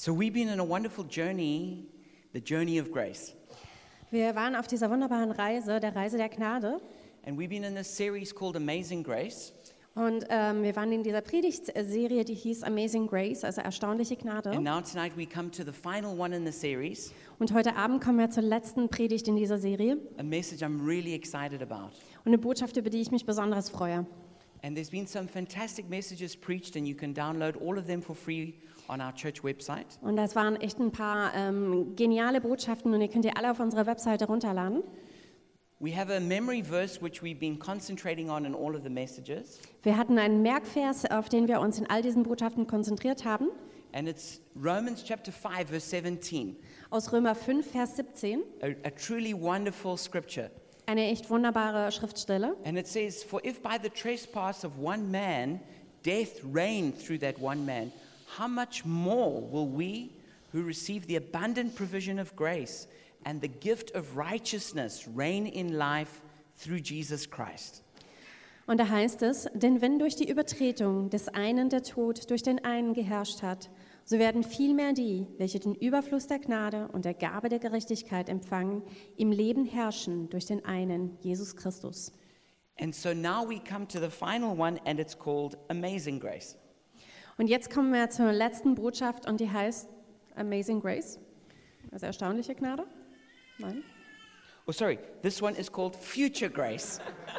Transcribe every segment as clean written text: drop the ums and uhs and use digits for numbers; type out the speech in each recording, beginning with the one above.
So we've been in a wonderful journey, the journey of grace. Wir waren auf dieser wunderbaren Reise, der Reise der Gnade. And we've been in this series called Amazing Grace. Und wir waren in dieser Predigtserie, die hieß Amazing Grace, also erstaunliche Gnade. And now tonight we come to the final one in the series, Und heute Abend kommen wir zur letzten Predigt in dieser Serie. a message I'm really excited about. Und eine Botschaft, über die ich mich besonders freue. And there's been some fantastic messages preached, and you can download all of them for free on our church website. Und das waren echt ein paar geniale Botschaften und ihr könnt die alle auf unserer Webseite runterladen. We have a memory verse which we've been concentrating on in all of the messages, Wir hatten einen Merkvers, auf den wir uns in all diesen Botschaften konzentriert haben, and it's Romans chapter 5, verse 17, aus Römer 5, Vers 17. a truly wonderful scripture. Eine echt wunderbare Schriftstelle. And it says, "For if by the trespass of one man death reigned through that one man, how much more will we who receive the abundant provision of grace and the gift of righteousness reign in life through Jesus Christ?" Und da heißt es, denn wenn durch die Übertretung des einen der Tod durch den einen geherrscht hat, so werden vielmehr die, welche den Überfluss der Gnade und der Gabe der Gerechtigkeit empfangen, im Leben herrschen durch den einen, Jesus Christus. And so now we come to the final one, and it's called Amazing Grace. Und jetzt kommen wir zur letzten Botschaft und die heißt Amazing Grace, also erstaunliche Gnade. Nein? Oh, sorry, this one is called Future Grace.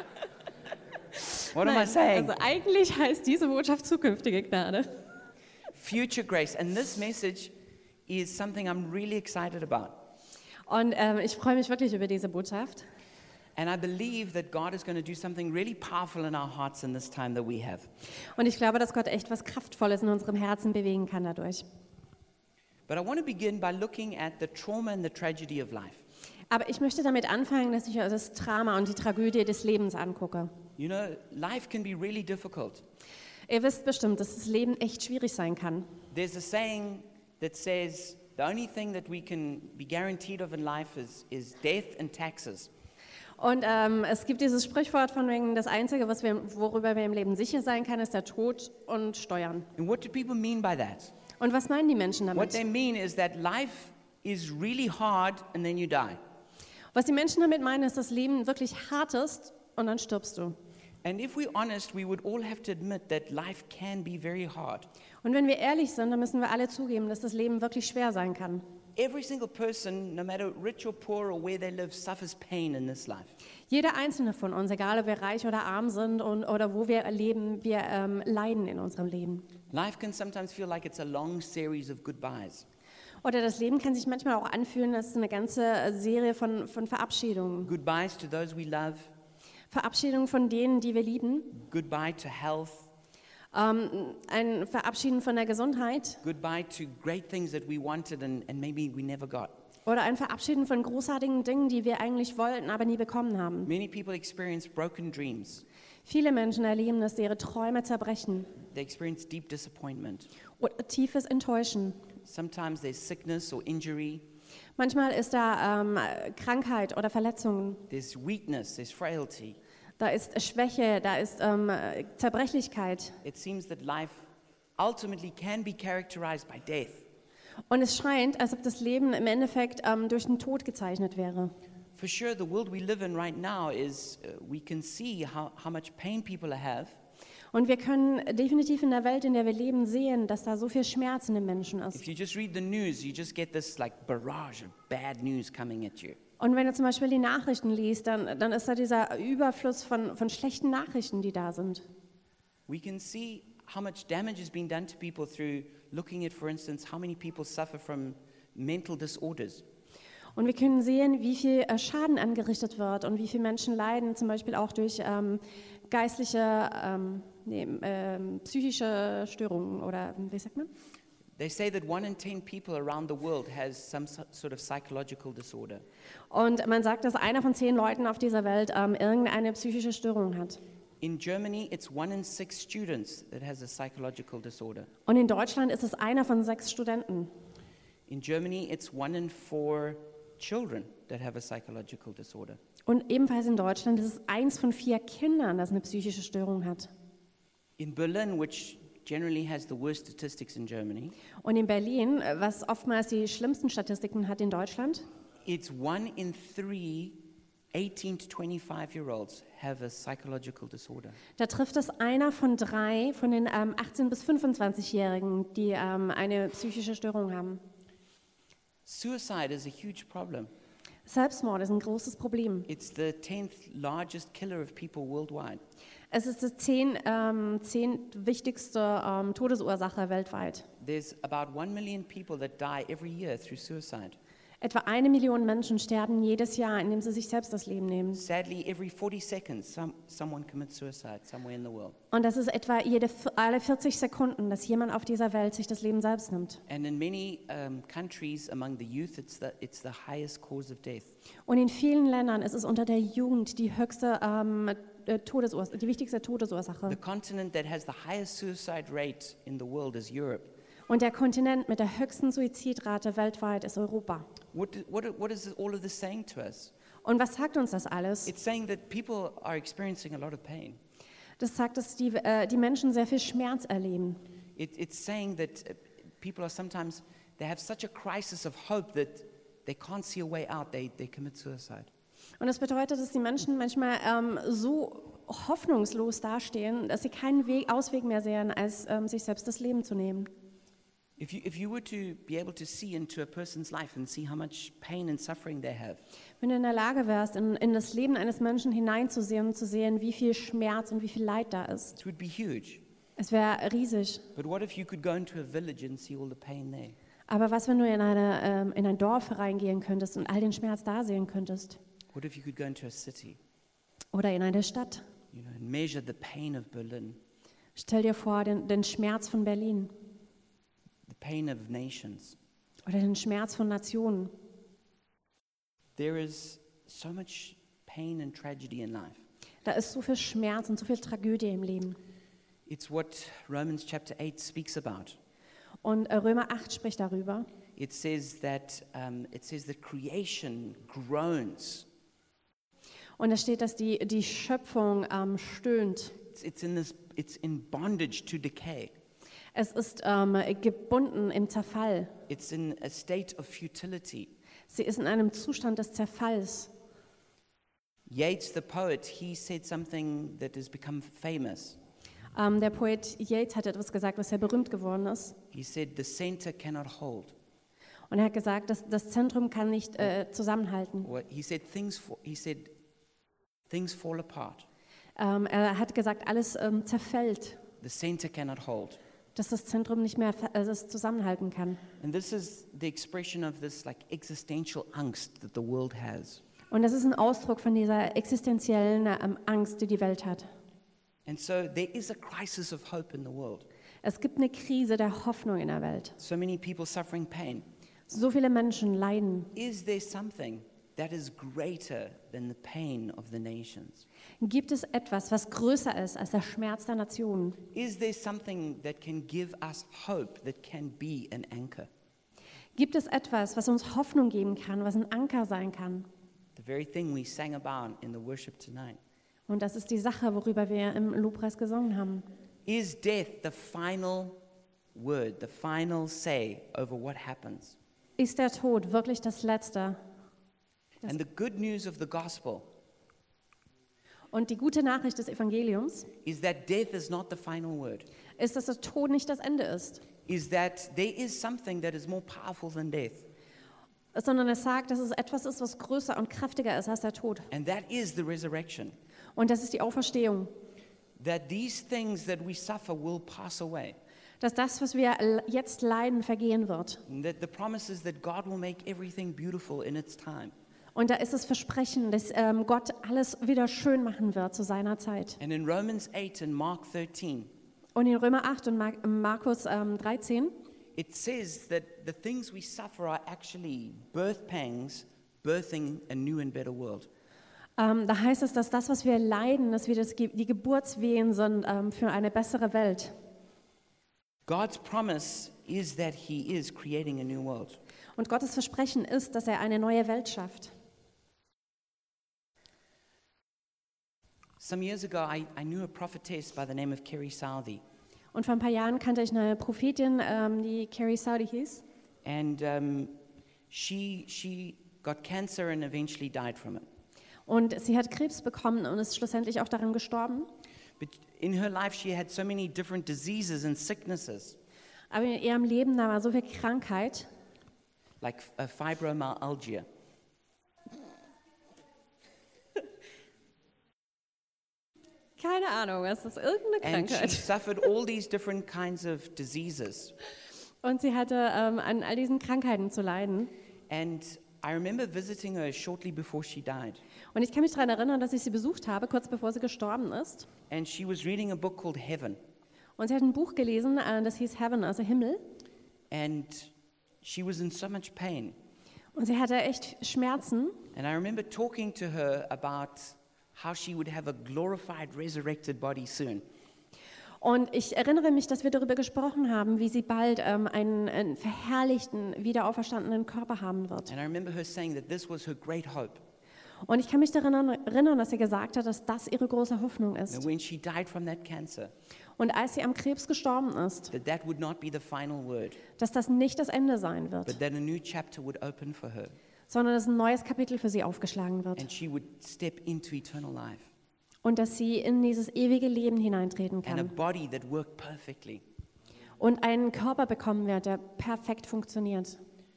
What am I Nein, saying? also eigentlich heißt diese Botschaft zukünftige Gnade. Future Grace. And this message is something I'm really excited about. Und ich freue mich wirklich über diese Botschaft. And I believe that God is going to do something really powerful in our hearts in this time that we have. Und ich glaube, dass Gott echt was Kraftvolles in unserem Herzen bewegen kann dadurch. But I want to begin by looking at the trauma and the tragedy of life. Aber ich möchte damit anfangen, dass ich das Drama und die Tragödie des Lebens angucke. You know, life can be really difficult. Ihr wisst bestimmt, dass das Leben echt schwierig sein kann. There's a saying that says the only thing that we can be guaranteed of in life is death and taxes. Und es gibt dieses Sprichwort von wegen, das Einzige, worüber wir im Leben sicher sein können, ist der Tod und Steuern. And what do people mean by that? Und was meinen die Menschen What damit? they mean is that life is really hard and then you die. Was die Menschen damit meinen, ist, dass das Leben wirklich hart ist und dann stirbst du. And if we're honest, we would all have to admit that life can be very hard. Und wenn wir ehrlich sind, dann müssen wir alle zugeben, dass das Leben wirklich schwer sein kann. Every single person, no matter rich or poor or where they live, suffers pain in this life. Jeder einzelne von uns, egal ob wir reich oder arm sind oder wo wir leben, wir leiden in unserem Leben. Life can sometimes feel like it's a long series of goodbyes. Oder das Leben kann sich manchmal auch anfühlen, als eine ganze Serie von Verabschiedungen. Goodbyes to those we love, Verabschiedungen von denen, die wir lieben. goodbye to health, Ein Verabschieden von der Gesundheit. goodbye to great things that we wanted and maybe we never got. Oder ein Verabschieden von großartigen Dingen, die wir eigentlich wollten, aber nie bekommen haben. Many people experience broken dreams. Viele Menschen erleben, dass ihre Träume zerbrechen. They experience deep disappointment. Oder tiefes Enttäuschen. Sometimes there's sickness or injury, Manchmal ist da Krankheit oder Verletzungen. there's weakness, there's frailty. Da ist Schwäche, da ist Zerbrechlichkeit. It seems that life ultimately can be characterized by death. Und es scheint, als ob das Leben im Endeffekt durch den Tod gezeichnet wäre. For sure, the world we live in right now is, we can see how much pain people have, Und wir können definitiv in der Welt, in der wir leben, sehen, dass da so viel Schmerz in den Menschen ist. If you just read the news, you just get this like barrage of bad news coming at you. Und wenn du zum Beispiel die Nachrichten liest, dann ist da dieser Überfluss von schlechten Nachrichten, die da sind. We can see how much damage is being done to people through looking at, for instance, how many people suffer from mental disorders. Und wir können sehen, wie viel Schaden angerichtet wird und wie viele Menschen leiden, zum Beispiel auch durch psychische Störungen oder wie sagt man? They say that 1 in 10 people around the world has some sort of psychological disorder. Und man sagt, dass einer von 10 Leuten auf dieser Welt irgendeine psychische Störung hat. In Germany, it's 1 in 6 students that has a psychological disorder. Und in Deutschland ist es einer von 6 Studenten. In Germany, it's 1 in 4 children that have a psychological disorder. Und ebenfalls in Deutschland ist es eins von 4 Kindern, das eine psychische Störung hat. In Berlin, which generally has the worst statistics in Germany. Und in Berlin, was oftmals die schlimmsten Statistiken hat in Deutschland, It's 1 in 3 18 to 25-year-olds have a psychological disorder. da trifft es einer von 3 von den 18- bis 25-Jährigen, die eine psychische Störung haben. Suicide is a huge problem. Selbstmord ist ein großes Problem. It's the 10th largest killer of people worldwide. Es ist die 10 wichtigste Todesursache weltweit. There's about 1 million people that die every year through suicide. Etwa 1 Million Menschen sterben jedes Jahr, indem sie sich selbst das Leben nehmen. Sadly, every 40 seconds, someone commits suicide somewhere in the world. Und das ist etwa alle 40 Sekunden, dass jemand auf dieser Welt sich das Leben selbst nimmt. And in many countries among the youth, it's the highest cause of death. Und in vielen Ländern ist es unter der Jugend die höchste die wichtigste The Todesursache. continent that has the highest suicide rate in the world is Europe. Und der Kontinent mit der höchsten Suizidrate weltweit ist Europa. What is all of this saying to us? Und was sagt uns das alles? It's saying that people are experiencing a lot of pain. Das sagt, dass die Menschen sehr viel Schmerz erleben. It's saying that people are sometimes, they have such a crisis of hope that they can't see a way out, they commit suicide. Und das bedeutet, dass die Menschen manchmal so hoffnungslos dastehen, dass sie keinen Ausweg mehr sehen, als sich selbst das Leben zu nehmen. If you were to be able to see into a person's life and see how much pain and suffering they have, Wenn du in der Lage wärst, in das Leben eines Menschen hineinzusehen und zu sehen, wie viel Schmerz und wie viel Leid da ist, it would be huge. es wäre riesig. But what if you could go into a village and see all the pain there? Aber was, wenn du in ein Dorf reingehen könntest und all den Schmerz da sehen könntest? What if you could go into a city, Oder in eine Stadt? and measure the pain of Berlin, Stell dir vor, den Schmerz von Berlin the pain of nations? oder den Schmerz von Nationen. There is so much pain and tragedy in life. Da ist so viel Schmerz und so viel Tragödie im Leben. It's what Romans chapter 8 speaks about. Und Römer 8 spricht darüber. It says that creation groans. Und da steht, dass die Schöpfung stöhnt. It's in bondage to decay. Es ist gebunden im Zerfall. It's in a state of futility. Sie ist in einem Zustand des Zerfalls. Yeats, the poet, he said something that has become famous. Der Poet Yeats hat etwas gesagt, was sehr berühmt geworden ist. He said, "The center cannot hold." Und er hat gesagt, dass das Zentrum kann nicht zusammenhalten. Or he said, "Things fall apart. Er hat gesagt, alles zerfällt, The center cannot hold." dass das Zentrum nicht mehr das zusammenhalten kann. And this is the expression of this like existential angst that the world has. Und das ist ein Ausdruck von dieser existenziellen Angst, die die Welt hat. And so there is a crisis of hope in the world. Es gibt eine Krise der Hoffnung in der Welt. So many people suffering pain. So viele Menschen leiden. Is there something that is greater than the pain of the nations? Gibt es etwas, was größer ist als der Schmerz der Nationen? Is there something that can give us hope, that can be an anchor? Gibt es etwas, was uns Hoffnung geben kann, was ein Anker sein kann? The very thing we sang about in the worship tonight. Und das ist die Sache, worüber wir im Lobpreis gesungen haben. Is death the final word, the final say over what happens? Ist der Tod wirklich das Letzte? And the good news of the gospel Und die gute Nachricht des Evangeliums is that death is not the final word. ist, dass der Tod nicht das Ende ist, Is that there is something that is more powerful than death. sondern es sagt, dass es etwas ist, was größer und kräftiger ist als der Tod. And that is the resurrection. Und das ist die Auferstehung. That these things that we suffer will pass away. Dass das, was wir jetzt leiden, vergehen wird. And that the promise is that God will make everything beautiful in its time. Und da ist das Versprechen, dass Gott alles wieder schön machen wird zu seiner Zeit. And in Romans 8 and Mark 13, Und in Römer 8 und Markus 13 it says that the things we suffer are actually birth pangs, birthing a new and better world. da heißt es, dass das, was wir leiden, dass wir die Geburtswehen sind für eine bessere Welt. God's promise is that He is creating a new world. Und Gottes Versprechen ist, dass er eine neue Welt schafft. Some years ago, I knew a prophetess by the name of Kerry Southey. Und vor ein paar Jahren kannte ich eine Prophetin, die Carrie Saudi hieß. And she got cancer and eventually died from it. Und sie hat Krebs bekommen und ist schlussendlich auch daran gestorben. But in her life, she had so many different diseases and sicknesses, Aber in ihrem Leben, da war so viel Krankheit. like fibromyalgia. Keine Ahnung, es ist irgendeine And she Krankheit. suffered all these different kinds of diseases. Und sie hatte an all diesen Krankheiten zu leiden. And I remember visiting her shortly before she died. Und ich kann mich daran erinnern, dass ich sie besucht habe, kurz bevor sie gestorben ist. And she was reading a book called Heaven. Und sie hat ein Buch gelesen, das hieß Heaven, also Himmel. And she was in so much pain. Und sie hatte echt Schmerzen. And I remember talking to her about how she would have a glorified, resurrected body soon. Und ich erinnere mich, dass wir darüber gesprochen haben, wie sie bald einen verherrlichten, wiederauferstandenen Körper haben wird. And I remember her saying that this was her great hope. Und ich kann mich daran erinnern, dass sie gesagt hat, dass das ihre große Hoffnung And ist. when she died from that cancer, Und als sie am Krebs gestorben ist, that would not be the final word, dass das nicht das Ende sein but wird, that a new chapter would open for her, sondern dass ein neues Kapitel für sie aufgeschlagen wird. and she would step into eternal life, Und dass sie in dieses ewige Leben hineintreten and a kann. body that worked perfectly. Und einen Körper bekommen wird, der perfekt funktioniert.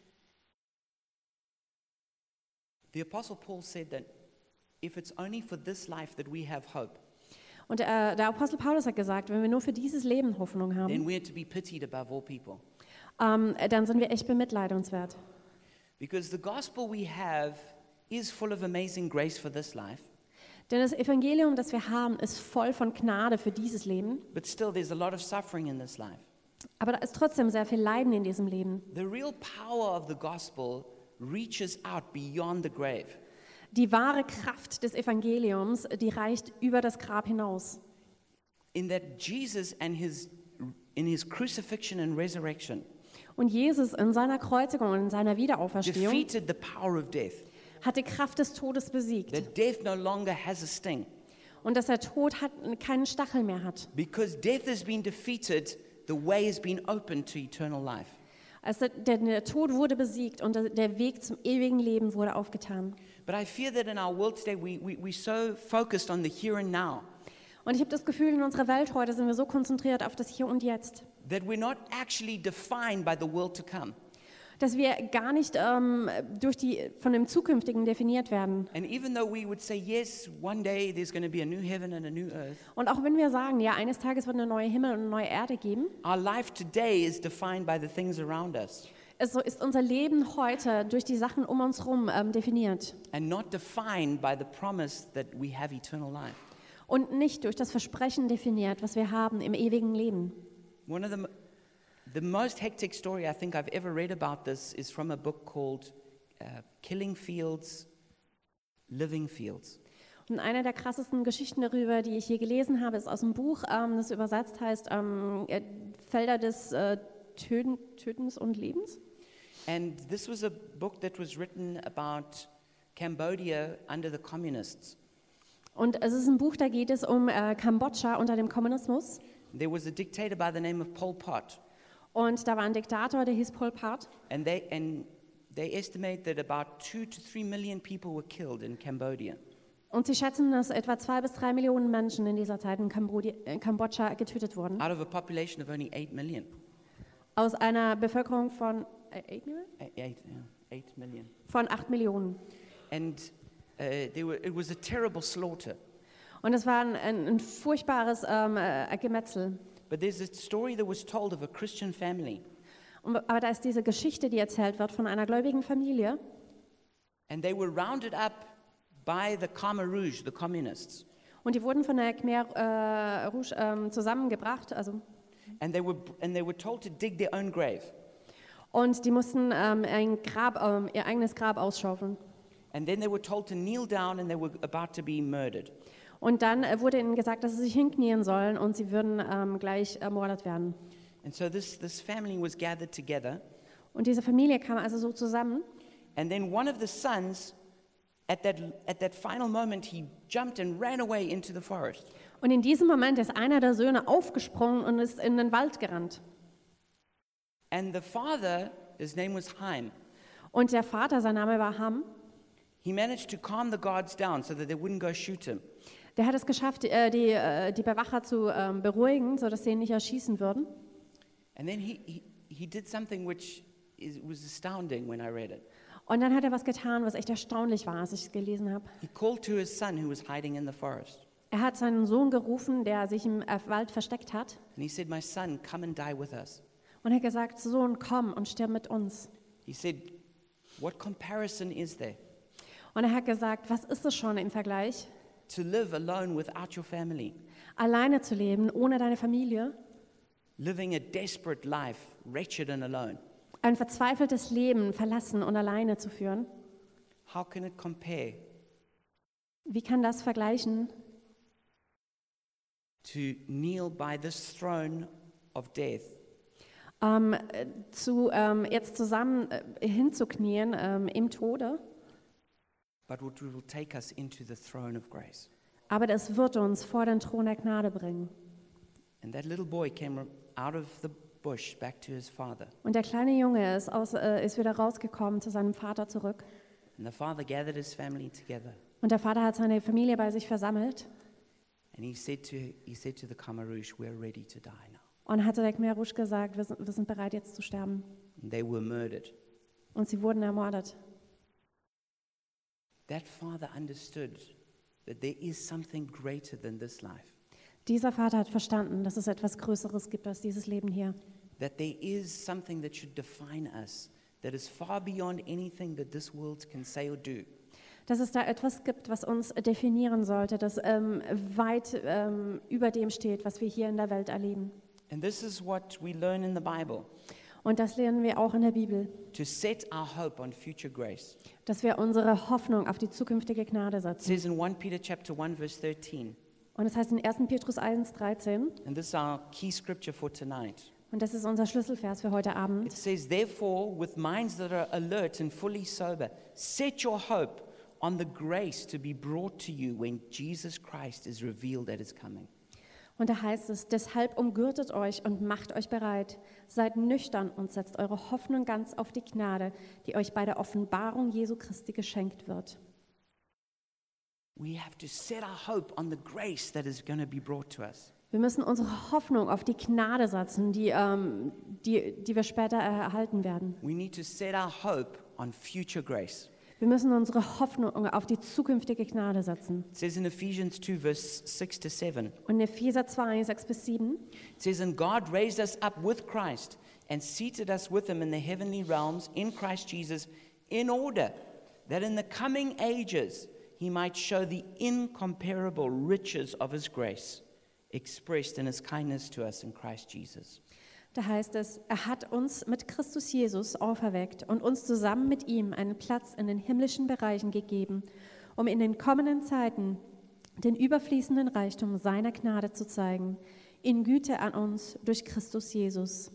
The Apostle Paul said that if it's only for this life that we have hope, Und der Apostel Paulus hat gesagt, wenn wir nur für dieses Leben Hoffnung haben, then we're to be pitied above all people. dann sind wir echt bemitleidenswert. Because the gospel we have is full of amazing grace for this life, Denn das Evangelium, das wir haben, ist voll von Gnade für dieses Leben. but still there's a lot of suffering in this life. Aber da ist trotzdem sehr viel Leiden in diesem Leben. The real power of the gospel reaches out beyond the grave. Die wahre Kraft des Evangeliums, die reicht über das Grab hinaus. In that Jesus and in his crucifixion and resurrection Und Jesus in seiner Kreuzigung und in seiner Wiederauferstehung defeated the power of death. hat die Kraft des Todes besiegt. That death no longer has a sting. Und dass der Tod keinen Stachel mehr hat. Because death has been defeated, the way has been opened to eternal life. Also der Tod wurde besiegt und der Weg zum ewigen Leben wurde aufgetan. But I fear that in our world today, we're so focused on the here and now Und ich habe das Gefühl, in unserer Welt heute sind wir so konzentriert auf das Hier und Jetzt, that we're not actually defined by the world to come. dass wir gar nicht von dem Zukünftigen definiert werden. And even though we would say, yes, one day there's going to be a new heaven and a new earth, Und auch wenn wir sagen, ja, eines Tages wird eine neue Himmel und eine neue Erde geben, our life today is defined by the things around us so ist unser Leben heute durch die Sachen um uns herum definiert and not defined by the promise that we have eternal life. und nicht durch das Versprechen definiert, was wir haben im ewigen Leben. One of the most hectic story I think I've ever read about this is from a book called Killing Fields, Living Fields. Und eine der krassesten Geschichten darüber, die ich hier gelesen habe, ist aus dem Buch, das übersetzt heißt Felder des Tötens und Lebens. And this was a book that was written about Cambodia under the communists. Und es ist ein Buch, da geht es um Kambodscha unter dem Kommunismus. There was a dictator by the name of Pol Pot, Und da war ein Diktator, der hieß Pol Pot. and they estimate that about 2 to 3 million people were killed in Cambodia. Und sie schätzen, dass etwa 2 bis 3 Millionen Menschen in dieser Zeit in Kambodscha getötet wurden. Out of a population of only 8 million. Aus einer Bevölkerung von 8 million. von 8 Millionen. And it was a terrible slaughter. Und es war ein furchtbares Gemetzel. But there's a story that was told of a Christian family, Aber da ist diese Geschichte, die erzählt wird von einer gläubigen Familie. and they were rounded up by the Khmer Rouge, the communists, Und die wurden von der Khmer Rouge zusammengebracht. and they were told to dig their own grave. Und die mussten ihr eigenes Grab ausschaufeln. And then they were told to kneel down, and they were about to be murdered. Und dann wurde ihnen gesagt, dass sie sich hinknien sollen und sie würden gleich ermordet werden. And so this family was gathered together, Und diese Familie kam also so zusammen. and then one of the sons, at that final moment, he jumped and ran away into the forest. Und in diesem Moment ist einer der Söhne aufgesprungen und ist in den Wald gerannt. And the father, his name was Haim. Und der Vater, sein Name war Ham, He managed to calm the guards down so that they wouldn't go shoot him. der hat es geschafft, die Bewacher zu beruhigen, sodass sie ihn nicht erschießen würden. And then he did something which was astounding when I read it. Und dann hat er was getan, was echt erstaunlich war, als ich es gelesen habe. He called to his son who was hiding in the forest. Er hat seinen Sohn gerufen, der sich im Wald versteckt hat. And he said, "My son, come and die with us." Und er hat gesagt, Sohn, komm und stirb mit uns. He said, "What comparison is there Und er hat gesagt, was ist es schon im Vergleich? to live alone without your family, Alleine zu leben, ohne deine Familie, living a desperate life, wretched and alone? ein verzweifeltes Leben verlassen und alleine zu führen? How can it compare Wie kann das vergleichen, to kneel by this throne of death jetzt zusammen hinzuknien im Tode? but what will take us into the throne of grace?" Aber das wird uns vor den Thron der Gnade bringen. And that little boy came out of the bush back to his father. Und der kleine Junge ist wieder rausgekommen zu seinem Vater zurück. And the father gathered his family together. Und der Vater hat seine Familie bei sich versammelt And he said to the Kamarush, "We're ready to die now." und hat der Khmer Rouge gesagt, wir sind bereit jetzt zu sterben. And they were murdered. Und sie wurden ermordet. That father understood that there is something greater than this life. Dieser Vater hat verstanden, dass es etwas Größeres gibt als dieses Leben hier. That there is something that should define us, that is far beyond anything that this world can say or do. Dass es da etwas gibt, was uns definieren sollte, das weit über dem steht, was wir hier in der Welt erleben. And this is what we learn in the Bible, Und das lernen wir auch in der Bibel, to set our hope on future grace. dass wir unsere Hoffnung auf die zukünftige Gnade It setzen. says in 1 Peter chapter 1 verse 13, Und es heißt in 1. Petrus 1,13, and this is our key scripture for tonight. und das ist unser Schlüsselvers für heute It Abend. says, "Therefore, with minds that are alert and fully sober, set your hope on the grace to be brought to you when Jesus Christ is revealed at his coming." Und da heißt es, deshalb umgürtet euch und macht euch bereit, seid nüchtern und setzt eure Hoffnung ganz auf die Gnade, die euch bei der Offenbarung Jesu Christi geschenkt wird. We have to set our hope on the grace that is going to be brought to us. Wir müssen unsere Hoffnung auf die Gnade setzen, die wir später erhalten werden. We need to set our hope on future grace. Wir müssen unsere Hoffnung auf die zukünftige Gnade setzen. It says in Ephesians 2 verse 6 to 7, Und in Epheser 2, 6-7, it says, "And God raised us up with Christ and seated us with him in the heavenly realms in Christ Jesus, in order that in the coming ages he might show the incomparable riches of his grace, expressed in his kindness to us in Christ Jesus." da heißt es, er hat uns mit Christus Jesus auferweckt und uns zusammen mit ihm einen Platz in den himmlischen Bereichen gegeben, um in den kommenden Zeiten den überfließenden Reichtum seiner Gnade zu zeigen, in Güte an uns durch Christus Jesus.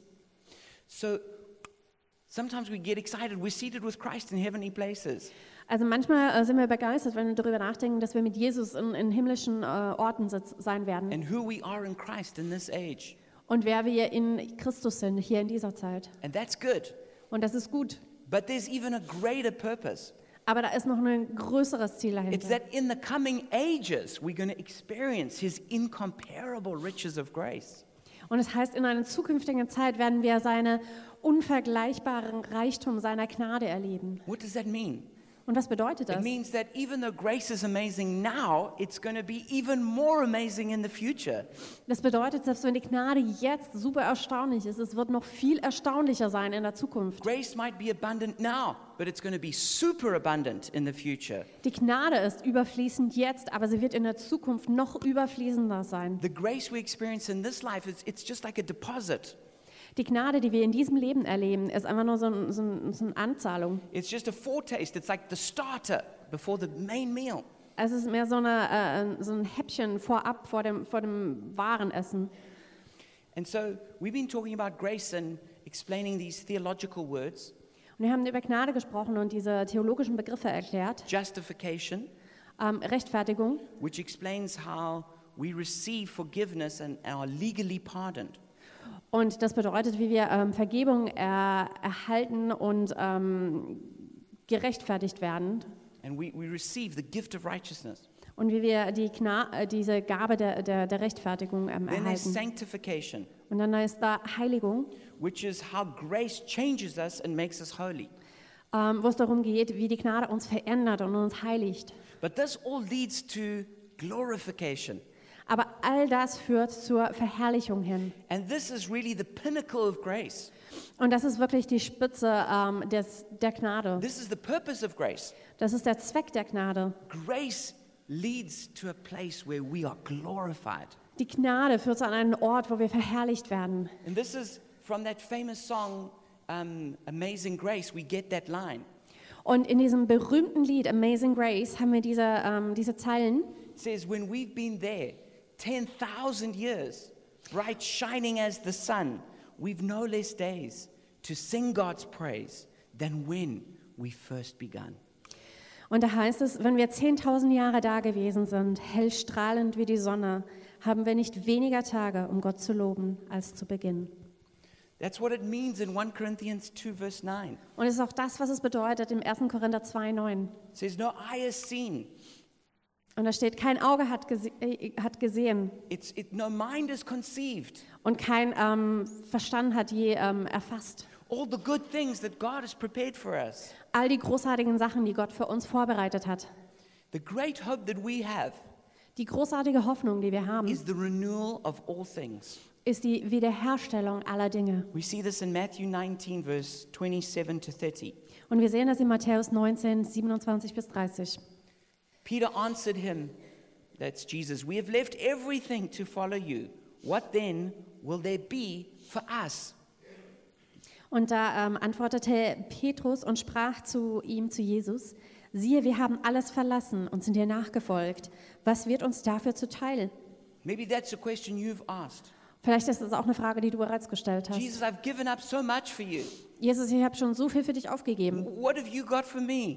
So sometimes we get excited. We're seated with Christ in heavenly places. Also manchmal sind wir begeistert, wenn wir darüber nachdenken, dass wir mit Jesus in himmlischen Orten sein werden And who we are in Christ in this age. und wer wir in Christus sind hier in dieser Zeit. And that's good. Und das ist gut. But there's even a greater purpose. Aber da ist noch ein größeres Ziel It's dahinter. that in the coming ages, we're going to experience his incomparable riches of grace. Und es heißt, in einer zukünftigen Zeit werden wir seine unvergleichbaren Reichtum seiner Gnade erleben. What does that mean? Und was bedeutet It das? means that even though grace is amazing now, it's going to be even more amazing in the future. Das bedeutet, selbst wenn die Gnade jetzt super erstaunlich ist, es wird noch viel erstaunlicher sein in der Zukunft. Grace might be abundant now, but it's going to be super abundant in the future. Die Gnade ist überfließend jetzt, aber sie wird in der Zukunft noch überfließender sein. The grace we experience in this life, it's just like a deposit. Die Gnade, die wir in diesem Leben erleben, ist einfach nur so eine Anzahlung. It's just a foretaste. It's like the starter before the main meal. Es ist mehr so ein Häppchen vorab vor dem wahren Essen. And so we've been talking about grace and explaining these theological words, Und wir haben über Gnade gesprochen und diese theologischen Begriffe erklärt. justification, Rechtfertigung, which explains how we receive forgiveness and are legally pardoned. Und das bedeutet, wie wir Vergebung erhalten und gerechtfertigt werden. And we receive the gift of righteousness. Und wie wir diese Gabe der Rechtfertigung Then there's erhalten. sanctification, Und dann ist da Heiligung, which is how grace changes us and makes us holy. wo es darum geht, wie die Gnade uns verändert und uns heiligt. But this all leads to glorification. Aber all das führt zur Verherrlichung hin. And this is really the pinnacle of grace. Und das ist wirklich die Spitze der Gnade. This is the purpose of grace. Das ist der Zweck der Gnade. Grace leads to a place where we are glorified. Die Gnade führt zu einem Ort, wo wir verherrlicht werden. And this is from that famous song, Amazing Grace, we get that line. Und in diesem berühmten Lied Amazing Grace haben wir diese Zeilen. It says, when we've been there 10,000 years, bright shining as the sun, we've no less days to sing God's praise than when we first begun. Und da heißt es, wenn wir 10.000 Jahre da gewesen sind, hell strahlend wie die Sonne, haben wir nicht weniger Tage, um Gott zu loben, als zu Beginn. That's what it means in 1 Corinthians 2 verse 9. Und es ist auch das, was es bedeutet im 1. Korinther 2,9. It says, no eye has seen, Und da steht, kein Auge hat gesehen no mind is conceived. und kein Verstand hat je erfasst. All the good things that God has prepared for us. All die großartigen Sachen, die Gott für uns vorbereitet hat. The great hope that we have Die großartige Hoffnung, die wir haben, is the renewal of all things. ist die Wiederherstellung aller Dinge. We see this in Matthew 19 verse 27 to 30. Und wir sehen das in Matthäus 19, 27 bis 30. Peter answered him, that's Jesus, we have left everything to follow you. What then will there be for us? Und da antwortete Petrus und sprach zu Jesus, siehe, wir haben alles verlassen und sind dir nachgefolgt. Was wird uns dafür zuteil? Maybe that's a question you've asked. Vielleicht ist das auch eine Frage, die du bereits gestellt hast. Jesus, I've given up so much for you. Jesus, ich habe schon so viel für dich aufgegeben. What have you got for me?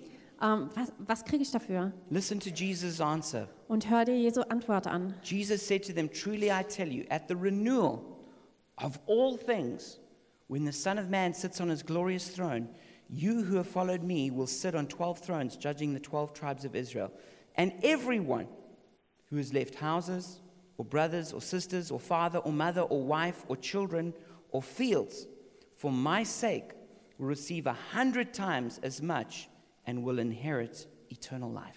Was kriege ich dafür? Listen to Jesus' answer. Und hör dir Jesu Antwort an. Jesus said to them, truly I tell you, at the renewal of all things, when the Son of Man sits on his glorious throne, you who have followed me will sit on 12 thrones, judging the 12 tribes of Israel. And everyone who has left houses, or brothers, or sisters, or father, or mother, or wife, or children, or fields, for my sake, will receive 100 times as much and will inherit eternal life.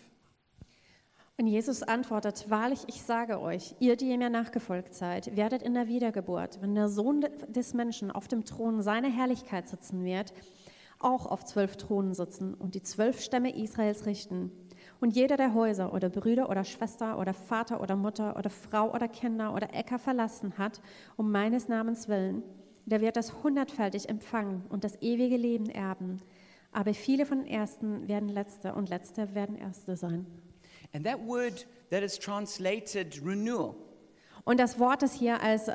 Und Jesus antwortet, wahrlich, ich sage euch, ihr, die ihr mir nachgefolgt seid, werdet in der Wiedergeburt, wenn der Sohn des Menschen auf dem Thron seiner Herrlichkeit sitzen wird, auch auf 12 Thronen sitzen und die 12 Stämme Israels richten. Und jeder, der Häuser oder Brüder oder Schwester oder Vater oder Mutter oder Frau oder Kinder oder Äcker verlassen hat, um meines Namens willen, der wird das 100-fältig empfangen und das ewige Leben erben. Aber viele von den Ersten werden Letzte und Letzte werden Erste sein. And that word that is translated renewal, Und das Wort, das hier als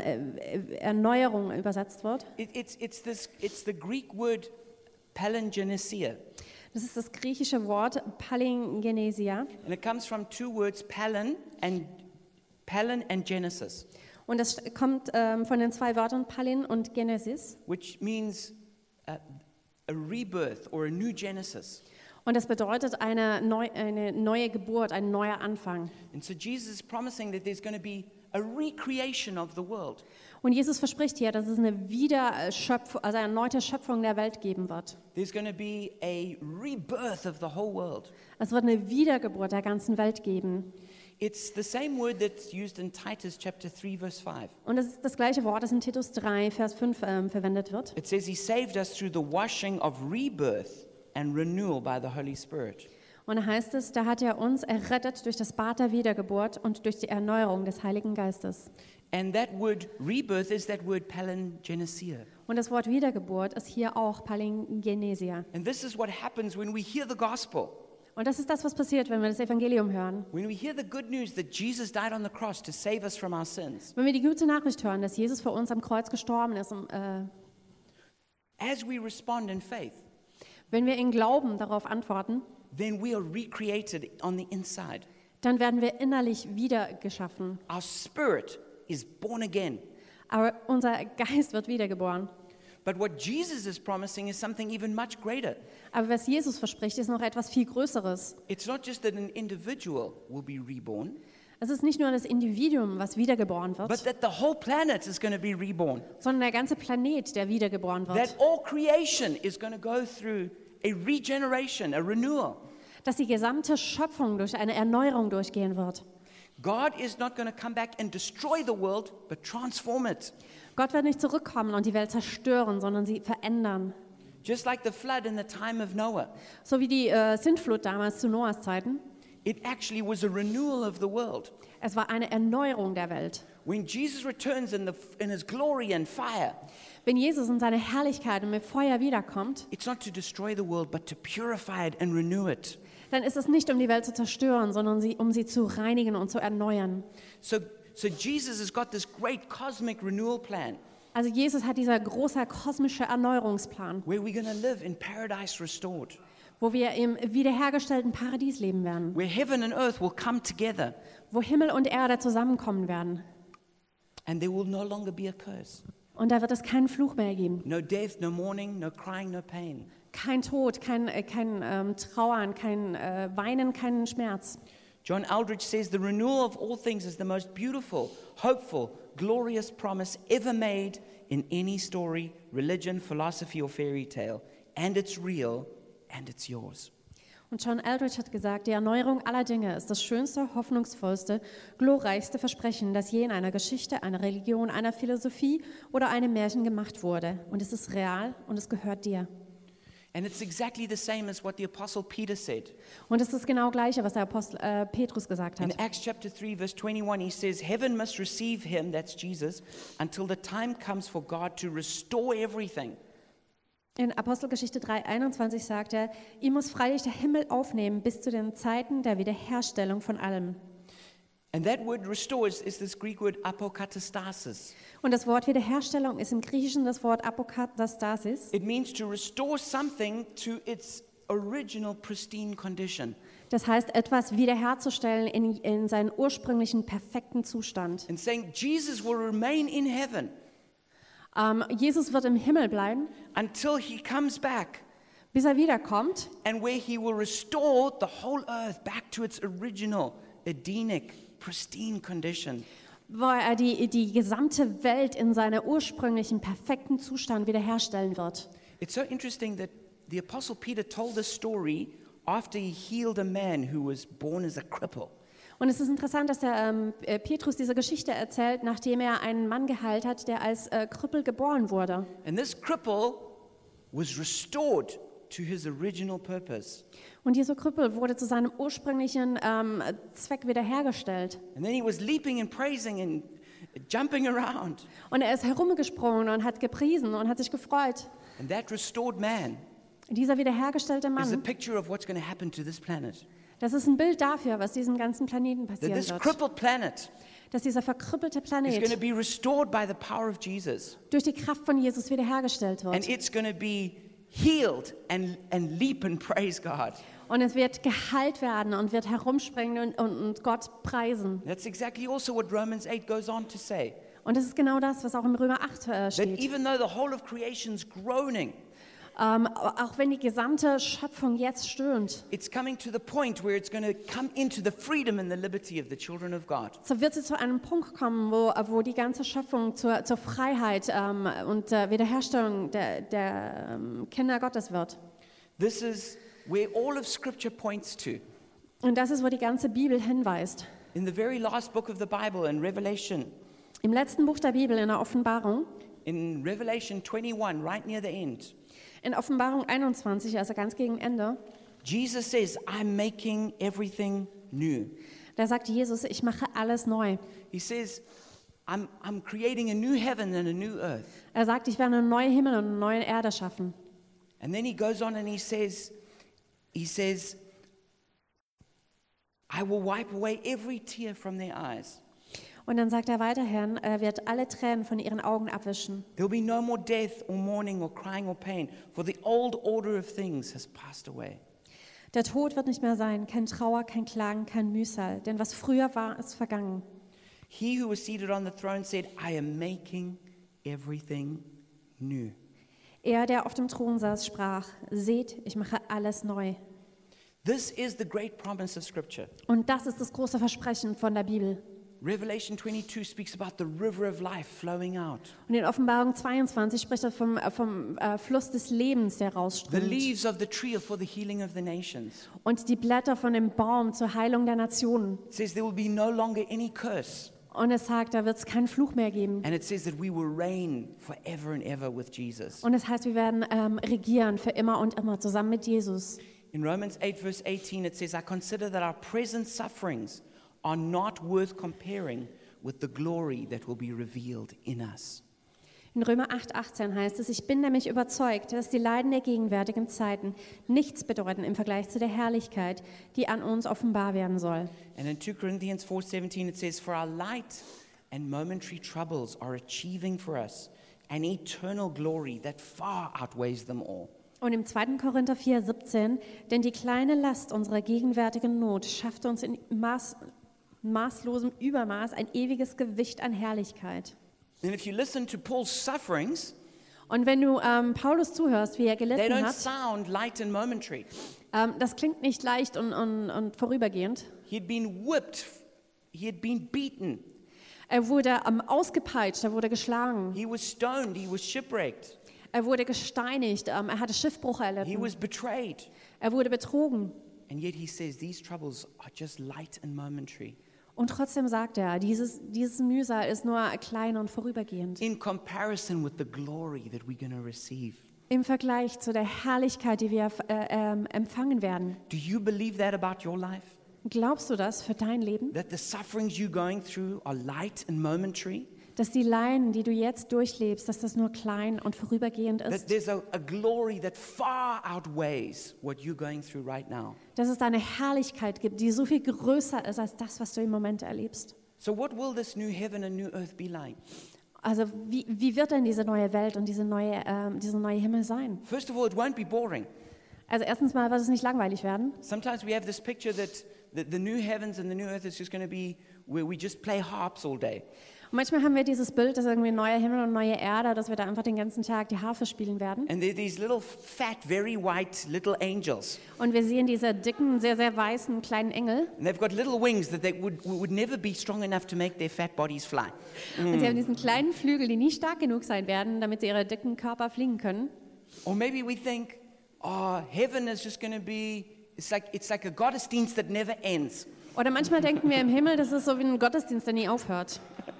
Erneuerung übersetzt wird, it's the Greek word palingenesia. das ist das griechische Wort Palingenesia. And it comes from two words, Palin and Genesis, Und das kommt von den zwei Wörtern Palin und Genesis. which means a rebirth or a new Genesis. Und das bedeutet eine neue Geburt, ein neuer Anfang. And so Jesus is promising that there's going to be a recreation of the world. Und Jesus verspricht hier, dass es eine Wiederschöpfung, also eine erneute Schöpfung der Welt geben wird. There's going to be a rebirth of the whole world. Es wird eine Wiedergeburt der ganzen Welt geben. It's the same word that's used in Titus chapter 3 verse 5. Und es ist das gleiche Wort, das in Titus 3, Vers 5 verwendet wird. It says he saved us through the washing of rebirth and renewal by the Holy Spirit. Und da heißt es, da hat er uns errettet durch das Bad der Wiedergeburt und durch die Erneuerung des Heiligen Geistes. And that word rebirth is that word palingenesia. Und das Wort Wiedergeburt ist hier auch Palingenesia. And this is what happens when we hear the gospel. Und das ist das, was passiert, wenn wir das Evangelium hören. When we hear the good news that Jesus died on the cross to save us from our sins. Wenn wir die gute Nachricht hören, dass Jesus für uns am Kreuz gestorben ist, As we respond in faith, wenn wir in Glauben darauf antworten, then we are recreated on the inside. dann werden wir innerlich wieder geschaffen. Our spirit is born again. Aber unser Geist wird wiedergeboren. But what Jesus is promising is something even much greater. Aber was Jesus verspricht, ist noch etwas viel Größeres. It's not just that an individual will be reborn, Es ist nicht nur das Individuum, was wiedergeboren but wird, that the whole planet is going to be reborn. sondern der ganze Planet, der wiedergeboren That wird. all creation is going to go through a regeneration, a renewal. Dass die gesamte Schöpfung durch eine Erneuerung durchgehen wird. God is not going to come back and destroy the world, but transform it. Gott wird nicht zurückkommen und die Welt zerstören, sondern sie verändern. Just like the flood in the time of Noah. So wie die Sintflut damals zu Noahs Zeiten. It actually was a renewal of the world. Es war eine Erneuerung der Welt. When Jesus returns in his glory and fire, Wenn Jesus in seine Herrlichkeit und mit Feuer wiederkommt, it's not to destroy the world, but to purify it and renew it. dann ist es nicht, um die Welt zu zerstören, sondern um sie zu reinigen und zu erneuern. So Jesus has got this great cosmic renewal plan Also Jesus hat dieser große kosmische Erneuerungsplan, where we're going to live in paradise restored, wo wir im wiederhergestellten Paradies leben werden, where heaven and earth will come together wo Himmel und Erde zusammenkommen werden. and there will no longer be a curse. Und da wird es keinen Fluch mehr geben. No death, no mourning, no crying, no pain. Kein Tod, kein Trauern, kein Weinen, kein Schmerz. John Aldridge says the renewal of all things is the most beautiful, hopeful, glorious promise ever made in any story, religion, philosophy or fairy tale. And it's real and it's yours. Und John Eldridge hat gesagt, die Erneuerung aller Dinge ist das schönste, hoffnungsvollste, glorreichste Versprechen, das je in einer Geschichte, einer Religion, einer Philosophie oder einem Märchen gemacht wurde. Und es ist real und es gehört dir. And it's exactly the same as what the Apostle Peter said. Und es ist genau Gleiche, was der Apostel Petrus gesagt In hat. Acts chapter 3, verse 21, he says, Heaven must receive him, that's Jesus, until the time comes for God to restore everything. In Apostelgeschichte 3,21 sagt er, ihn muss freilich der Himmel aufnehmen bis zu den Zeiten der Wiederherstellung von allem. And that word restore is this Greek word apokatastasis. Und das Wort Wiederherstellung ist im Griechischen das Wort Apokatastasis. It means to restore something to its original pristine condition. Das heißt, etwas wiederherzustellen in seinen ursprünglichen, perfekten Zustand. And saying Jesus will remain in heaven Jesus wird im Himmel bleiben, until he comes back, bis er wiederkommt. and where he will restore the whole earth back to its original Edenic, pristine condition. Wo er die gesamte Welt in seiner ursprünglichen, perfekten Zustand wiederherstellen wird. It's so interesting that the Apostle Peter told this story after he healed a man who was born as a cripple. Und es ist interessant, dass der Petrus diese Geschichte erzählt, nachdem er einen Mann geheilt hat, der als Krüppel geboren wurde. And this cripple was restored to his original purpose. Und dieser Krüppel wurde zu seinem ursprünglichen Zweck wiederhergestellt. And then he was leaping and praising and jumping around. Und er ist herumgesprungen und hat gepriesen und hat sich gefreut. And that restored man Dieser wiederhergestellte is a Mann, picture of what's going to happen to this planet. das ist ein Bild dafür, was diesem ganzen Planeten That passieren this wird. crippled planet Dass dieser verkrüppelte is going to Planet be restored by the power of Jesus. durch die Kraft von Jesus wiederhergestellt And wird. it's going to be healed and leap and praise God. Und es wird geheilt werden und wird herumspringen und Gott preisen. That's exactly also what Romans 8 goes on to say. Und das ist genau das, was auch im Römer 8 That steht. even though the whole of creation's groaning, Auch wenn die gesamte Schöpfung jetzt stöhnt, it's coming to the point where it's going to come into the freedom and the liberty of the children of God. so wird sie zu einem Punkt kommen, wo die ganze Schöpfung zur Freiheit und Wiederherstellung der Kinder Gottes wird. This is where all of Scripture points to. Und das ist, wo die ganze Bibel hinweist. In the very last book of the Bible, in Revelation, Im letzten Buch der Bibel, in der Offenbarung, in Revelation 21, right near the end, in Offenbarung 21, also ganz gegen Ende, Jesus says, I'm making everything new. da sagt Jesus, ich mache alles neu. He says, I'm creating a new heaven and a new earth. Er sagt, ich werde einen neuen Himmel und eine neue Erde schaffen. And then he goes on and he says, I will wipe away every tear from their eyes. Und dann sagt er weiterhin, er wird alle Tränen von ihren Augen abwischen. There'll be no more death or mourning or crying or pain, for the old order of things has passed away. Der Tod wird nicht mehr sein, kein Trauer, kein Klagen, kein Mühsal, denn was früher war, ist vergangen. He who was seated on the throne said, I am making everything new. Er, der auf dem Thron saß, sprach, seht, ich mache alles neu. This is the great promise of Scripture. Und das ist das große Versprechen von der Bibel. Revelation 22 speaks about the river of life flowing out. Und in Offenbarung 22 spricht er vom Fluss des Lebens, der The rausströmt. leaves of the tree are for the healing of the nations. Und die Blätter von dem Baum zur Heilung der Nationen. It says there will be no longer any curse. Und es sagt, da wird es keinen Fluch mehr geben. And it says that we will reign forever and ever with Jesus. Und es heißt, wir werden regieren für immer und immer zusammen mit Jesus. In Romans 8 verse 18 it says, I consider that our present sufferings are not worth comparing with the glory that will be revealed in us. In Römer 8,18 heißt es, ich bin nämlich überzeugt, dass die Leiden der gegenwärtigen Zeiten nichts bedeuten im Vergleich zu der Herrlichkeit, die an uns offenbar werden soll. And in 2 Corinthians 4:17 it says, for our light and momentary troubles are achieving for us an eternal glory that far outweighs them all. Und im 2. Korinther 4,17, denn die kleine Last unserer gegenwärtigen Not schafft uns in maßlosem Übermaß ein ewiges Gewicht an Herrlichkeit. And if you listen to Paul's sufferings, Und wenn du Paulus zuhörst, wie er they gelitten don't hat, sound light and momentary. das klingt nicht leicht und vorübergehend. He'd been whipped, he had been beaten, Er wurde ausgepeitscht, er wurde geschlagen, he was stoned, he was shipwrecked, er wurde gesteinigt, er hatte Schiffbruch he erlitten, was betrayed. er wurde betrogen. And yet he says these troubles are just light and momentary Und trotzdem sagt er, dieses Mühsal ist nur klein und vorübergehend. in comparison with the glory that we're going to receive. Im Vergleich zu der Herrlichkeit, die wir empfangen werden. Do you believe that about your life? Glaubst du das für dein Leben? That the sufferings you're going through are light and momentary? Dass die Leiden, die du jetzt durchlebst, dass das nur klein und vorübergehend That ist? there's a glory that far outweighs what you're going through right now? Dass es da eine Herrlichkeit gibt, die so viel größer ist als das, was du im Moment erlebst? So what will this new heaven and new earth be like? Also wie wird denn diese neue Welt und dieser neue Himmel sein? First of all, it won't be boring. Also erstens mal wird es nicht langweilig werden. Sometimes we have this picture that the new heavens and the new earth is just going to be where we just play harps all day. Und manchmal haben wir dieses Bild, dass irgendwie ein neuer Himmel und neue Erde, dass wir da einfach den ganzen Tag die Harfe spielen werden. And there are these little fat, very white little angels. Und wir sehen diese dicken, sehr, sehr weißen kleinen Engel. And they've got little wings that they would never be strong enough to make their fat bodies fly. Und sie haben diesen kleinen Flügel, die nie stark genug sein werden, damit sie ihre dicken Körper fliegen können. Or maybe we think, oh, heaven is just going to be, it's like a Gottesdienst that never ends. Oder manchmal denken wir im Himmel, das ist so wie ein Gottesdienst, der nie aufhört.